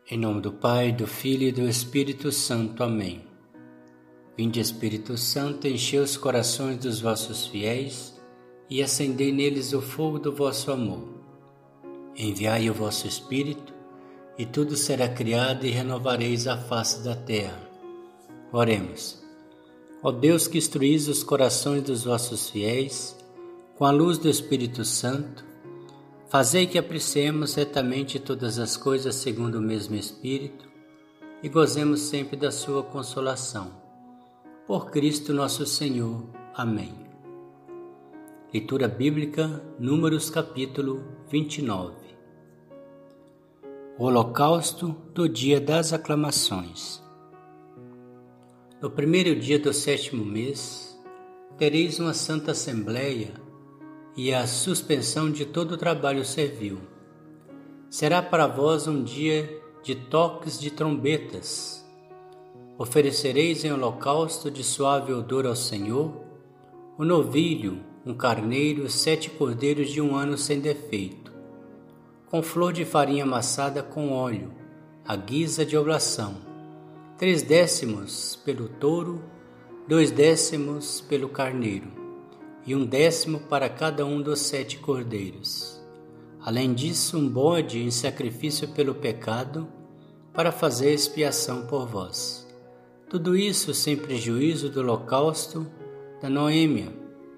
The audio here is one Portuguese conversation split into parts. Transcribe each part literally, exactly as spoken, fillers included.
Em nome do Pai, do Filho e do Espírito Santo. Amém. Vinde, Espírito Santo, enchei os corações dos vossos fiéis e acendei neles o fogo do vosso amor. Enviai o vosso Espírito, e tudo será criado e renovareis a face da terra. Oremos. Ó Deus, que instruís os corações dos vossos fiéis com a luz do Espírito Santo, fazei que apreciemos retamente todas as coisas segundo o mesmo Espírito e gozemos sempre da sua consolação. Por Cristo nosso Senhor. Amém. Leitura Bíblica, Números capítulo vinte e nove. O Holocausto do dia das aclamações. No primeiro dia do sétimo mês, tereis uma santa assembleia e a suspensão de todo o trabalho servil. Será para vós um dia de toques de trombetas. Oferecereis em holocausto de suave odor ao Senhor um novilho, um carneiro, sete cordeiros de um ano sem defeito, com flor de farinha amassada com óleo, à guisa de oblação, três décimos pelo touro, dois décimos pelo carneiro, e um décimo para cada um dos sete cordeiros. Além disso, um bode em sacrifício pelo pecado, para fazer expiação por vós. Tudo isso sem prejuízo do holocausto da noêmia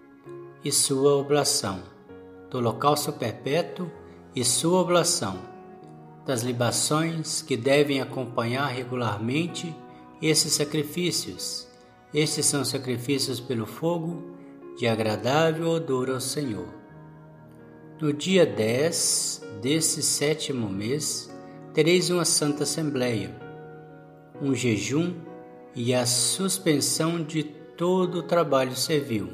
e sua oblação, do holocausto perpétuo e sua oblação, das libações que devem acompanhar regularmente esses sacrifícios. Estes são sacrifícios pelo fogo, de agradável odor ao Senhor. No dia dez desse sétimo mês, tereis uma santa assembleia, um jejum e a suspensão de todo o trabalho servil.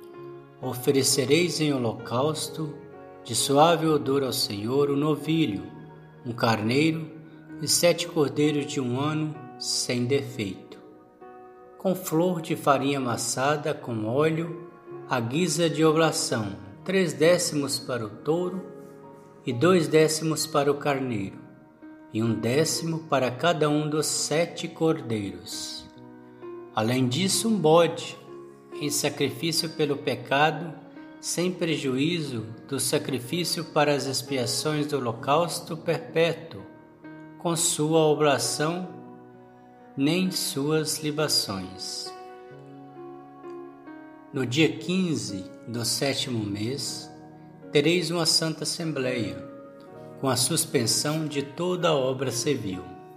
Oferecereis em holocausto, de suave odor ao Senhor, um novilho, um carneiro e sete cordeiros de um ano sem defeito, com flor de farinha amassada com óleo, à guisa de oblação, três décimos para o touro e dois décimos para o carneiro, e um décimo para cada um dos sete cordeiros. Além disso, um bode, em sacrifício pelo pecado, sem prejuízo do sacrifício para as expiações do holocausto perpétuo, com sua oblação, nem suas libações. No dia quinze do sétimo mês, tereis uma santa assembleia, com a suspensão de toda a obra servil.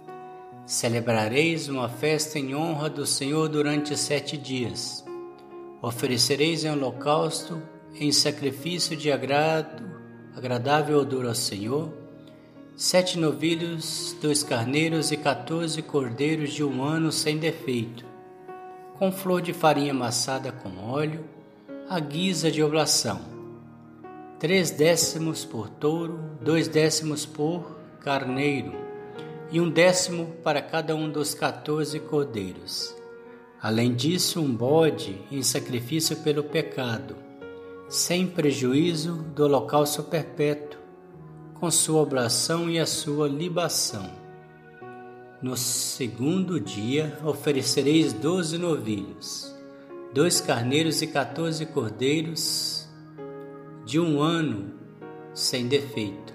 Celebrareis uma festa em honra do Senhor durante sete dias. Oferecereis em holocausto, em sacrifício de agrado, agradável odor ao Senhor, sete novilhos, dois carneiros e quatorze cordeiros de um ano sem defeito, com flor de farinha amassada com óleo, à guisa de oblação, três décimos por touro, dois décimos por carneiro, e um décimo para cada um dos quatorze cordeiros. Além disso, um bode em sacrifício pelo pecado, sem prejuízo do holocausto perpétuo, com sua oblação e a sua libação. No segundo dia oferecereis doze novilhos, dois carneiros e quatorze cordeiros de um ano sem defeito,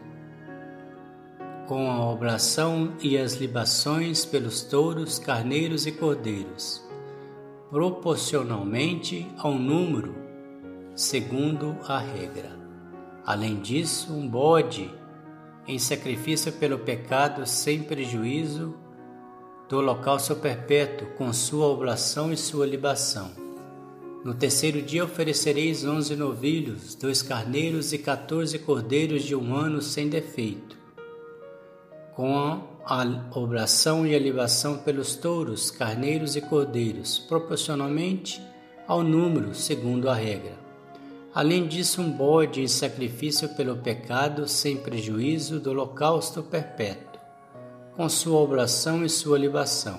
com a oblação e as libações pelos touros, carneiros e cordeiros, proporcionalmente ao número, segundo a regra. Além disso, um bode em sacrifício pelo pecado sem prejuízo do holocausto perpétuo, com sua oblação e sua libação. No terceiro dia oferecereis onze novilhos, dois carneiros e quatorze cordeiros de um ano sem defeito, com a oblação e a libação pelos touros, carneiros e cordeiros, proporcionalmente ao número, segundo a regra. Além disso, um bode em sacrifício pelo pecado, sem prejuízo do holocausto perpétuo, com sua oblação e sua libação.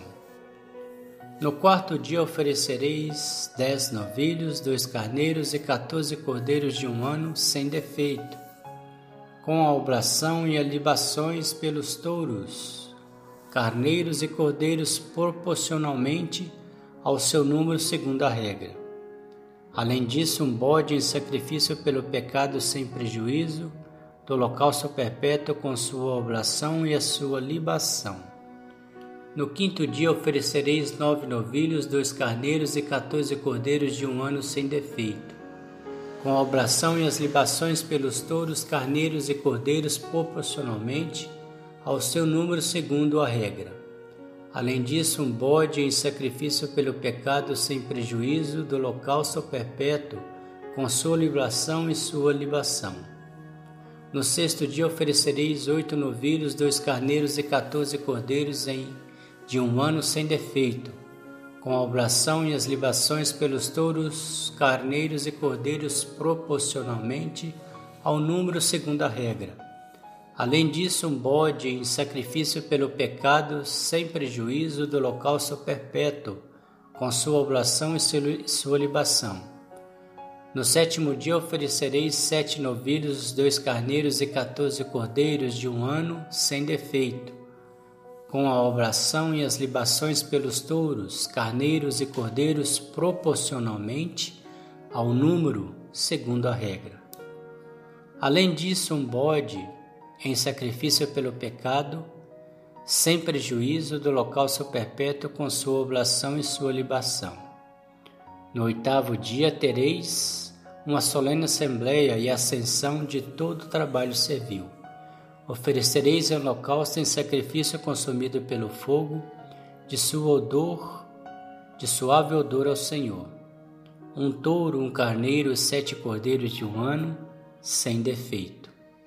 No quarto dia oferecereis dez novilhos, dois carneiros e quatorze cordeiros de um ano sem defeito, com a oblação e as libações pelos touros, carneiros e cordeiros proporcionalmente ao seu número segundo a regra. Além disso, um bode em sacrifício pelo pecado sem prejuízo, do holocausto perpétuo com sua oblação e a sua libação. No quinto dia oferecereis nove novilhos, dois carneiros e quatorze cordeiros de um ano sem defeito, com a oblação e as libações pelos touros, carneiros e cordeiros proporcionalmente ao seu número segundo a regra. Além disso, um bode em sacrifício pelo pecado sem prejuízo, do holocausto perpétuo com sua libação e sua libação. No sexto dia oferecereis oito novilhos, dois carneiros e quatorze cordeiros em, de um ano sem defeito, com a oblação e as libações pelos touros, carneiros e cordeiros proporcionalmente ao número segundo a regra. Além disso, um bode em sacrifício pelo pecado sem prejuízo, do holocausto perpétuo, com sua oblação e sua libação. No sétimo dia oferecereis sete novilhos, dois carneiros e quatorze cordeiros de um ano sem defeito, com a oblação e as libações pelos touros, carneiros e cordeiros proporcionalmente ao número segundo a regra. Além disso, um bode em sacrifício pelo pecado, sem prejuízo, do holocausto perpétuo com sua oblação e sua libação. No oitavo dia tereis uma solene assembleia e ascensão de todo o trabalho servil. Oferecereis em holocausto em sacrifício consumido pelo fogo, de sua odor, de suave odor ao Senhor. Um touro, um carneiro e sete cordeiros de um ano, sem defeito.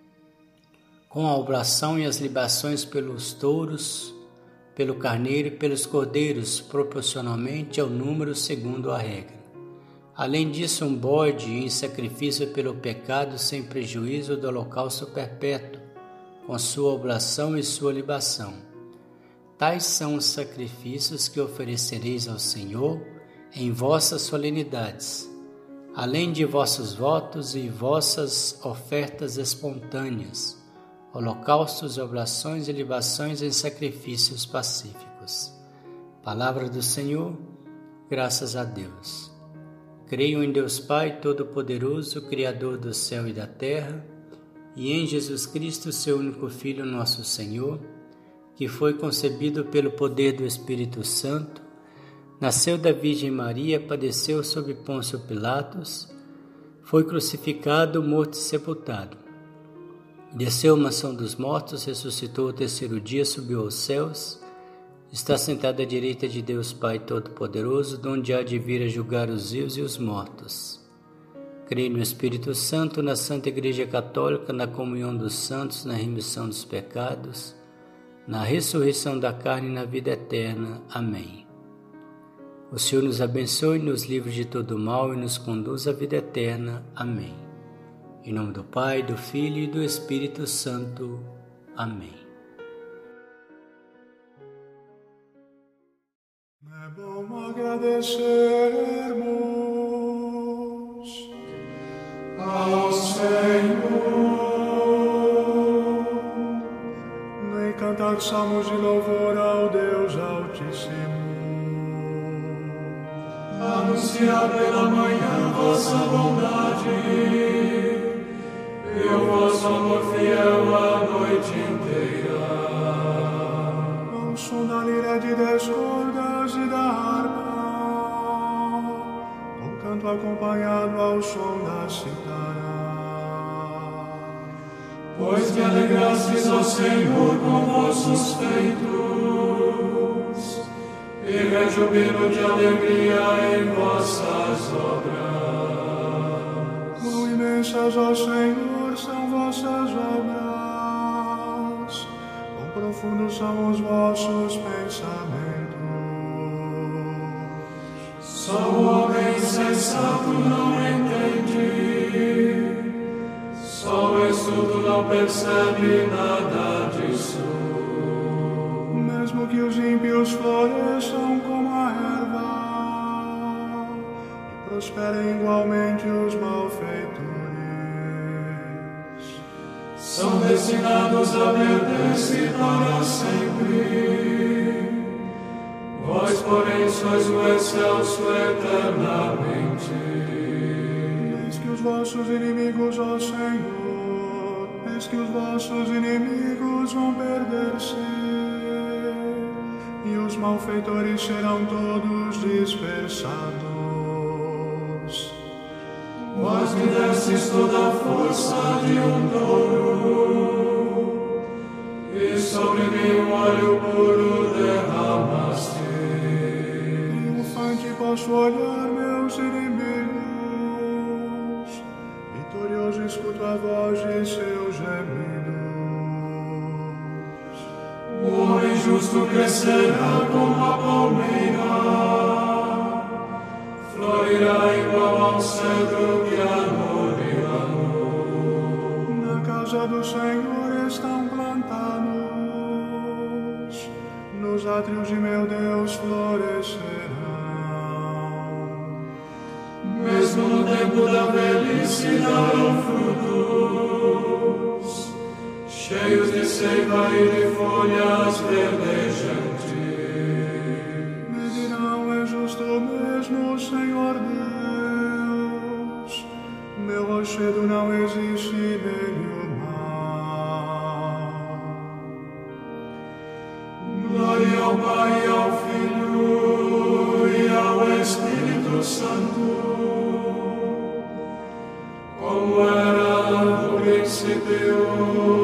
Com a oblação e as libações pelos touros, pelo carneiro e pelos cordeiros, proporcionalmente ao número segundo a regra. Além disso, um bode em sacrifício pelo pecado sem prejuízo, do holocausto perpétuo, com sua oblação e sua libação. Tais são os sacrifícios que oferecereis ao Senhor em vossas solenidades, além de vossos votos e vossas ofertas espontâneas, holocaustos, oblações e libações em sacrifícios pacíficos. Palavra do Senhor, graças a Deus. Creio em Deus Pai Todo-Poderoso, Criador do céu e da terra, e em Jesus Cristo, seu único Filho, nosso Senhor, que foi concebido pelo poder do Espírito Santo, nasceu da Virgem Maria, padeceu sob Pôncio Pilatos, foi crucificado, morto e sepultado. Desceu à mansão dos mortos, ressuscitou ao terceiro dia, subiu aos céus, está sentado à direita de Deus Pai Todo-Poderoso, donde há de vir a julgar os vivos e os mortos. Creio no Espírito Santo, na Santa Igreja Católica, na comunhão dos santos, na remissão dos pecados, na ressurreição da carne e na vida eterna. Amém. O Senhor nos abençoe, nos livre de todo mal e nos conduz à vida eterna. Amém. Em nome do Pai, do Filho e do Espírito Santo. Amém. É bom agradecermos ao Senhor e cantar salmos de louvor ao Deus Altíssimo. Anunciar pela manhã vossa bondade e o vosso amor fiel a noite inteira. Ao som da lira de dez cordas e da harpa, com canto acompanhado ao som da cítara. Pois que alegrastes ao Senhor com vossos feitos, e rejubilo de alegria em vossas obras. Quão imensas, ó Senhor, são vossas obras, quão profundos são os vossos pensamentos. Só o homem sensato não entende, só o estudo não percebe nada disso. Mesmo que os ímpios floresçam como a erva e prosperem igualmente os malfeitores, são destinados a perder-se para sempre. sois o excelso eternamente. Eis que os vossos inimigos, ó Senhor, eis que os vossos inimigos vão perder-se, e os malfeitores serão todos dispersados. Vós me destes toda a força de um touro, e sobre mim um óleo puro derramaste. Triunfante posso olhar meus inimigos, vitorioso escuto a voz de seus gemidos. O homem justo crescerá como a palmeira, florirá igual ao cedro que há no Líbano. Na casa do Senhor estão plantados, nos átrios de meu Deus florescerão. Mesmo no tempo da velhice darão frutos, cheios de seiva e de folhas verdejantes. Me dirão: é justo mesmo, Senhor Deus, meu rochedo não existe nele o mal. Glória ao Pai, ao Filho e ao Espírito Santo, como era no princípio,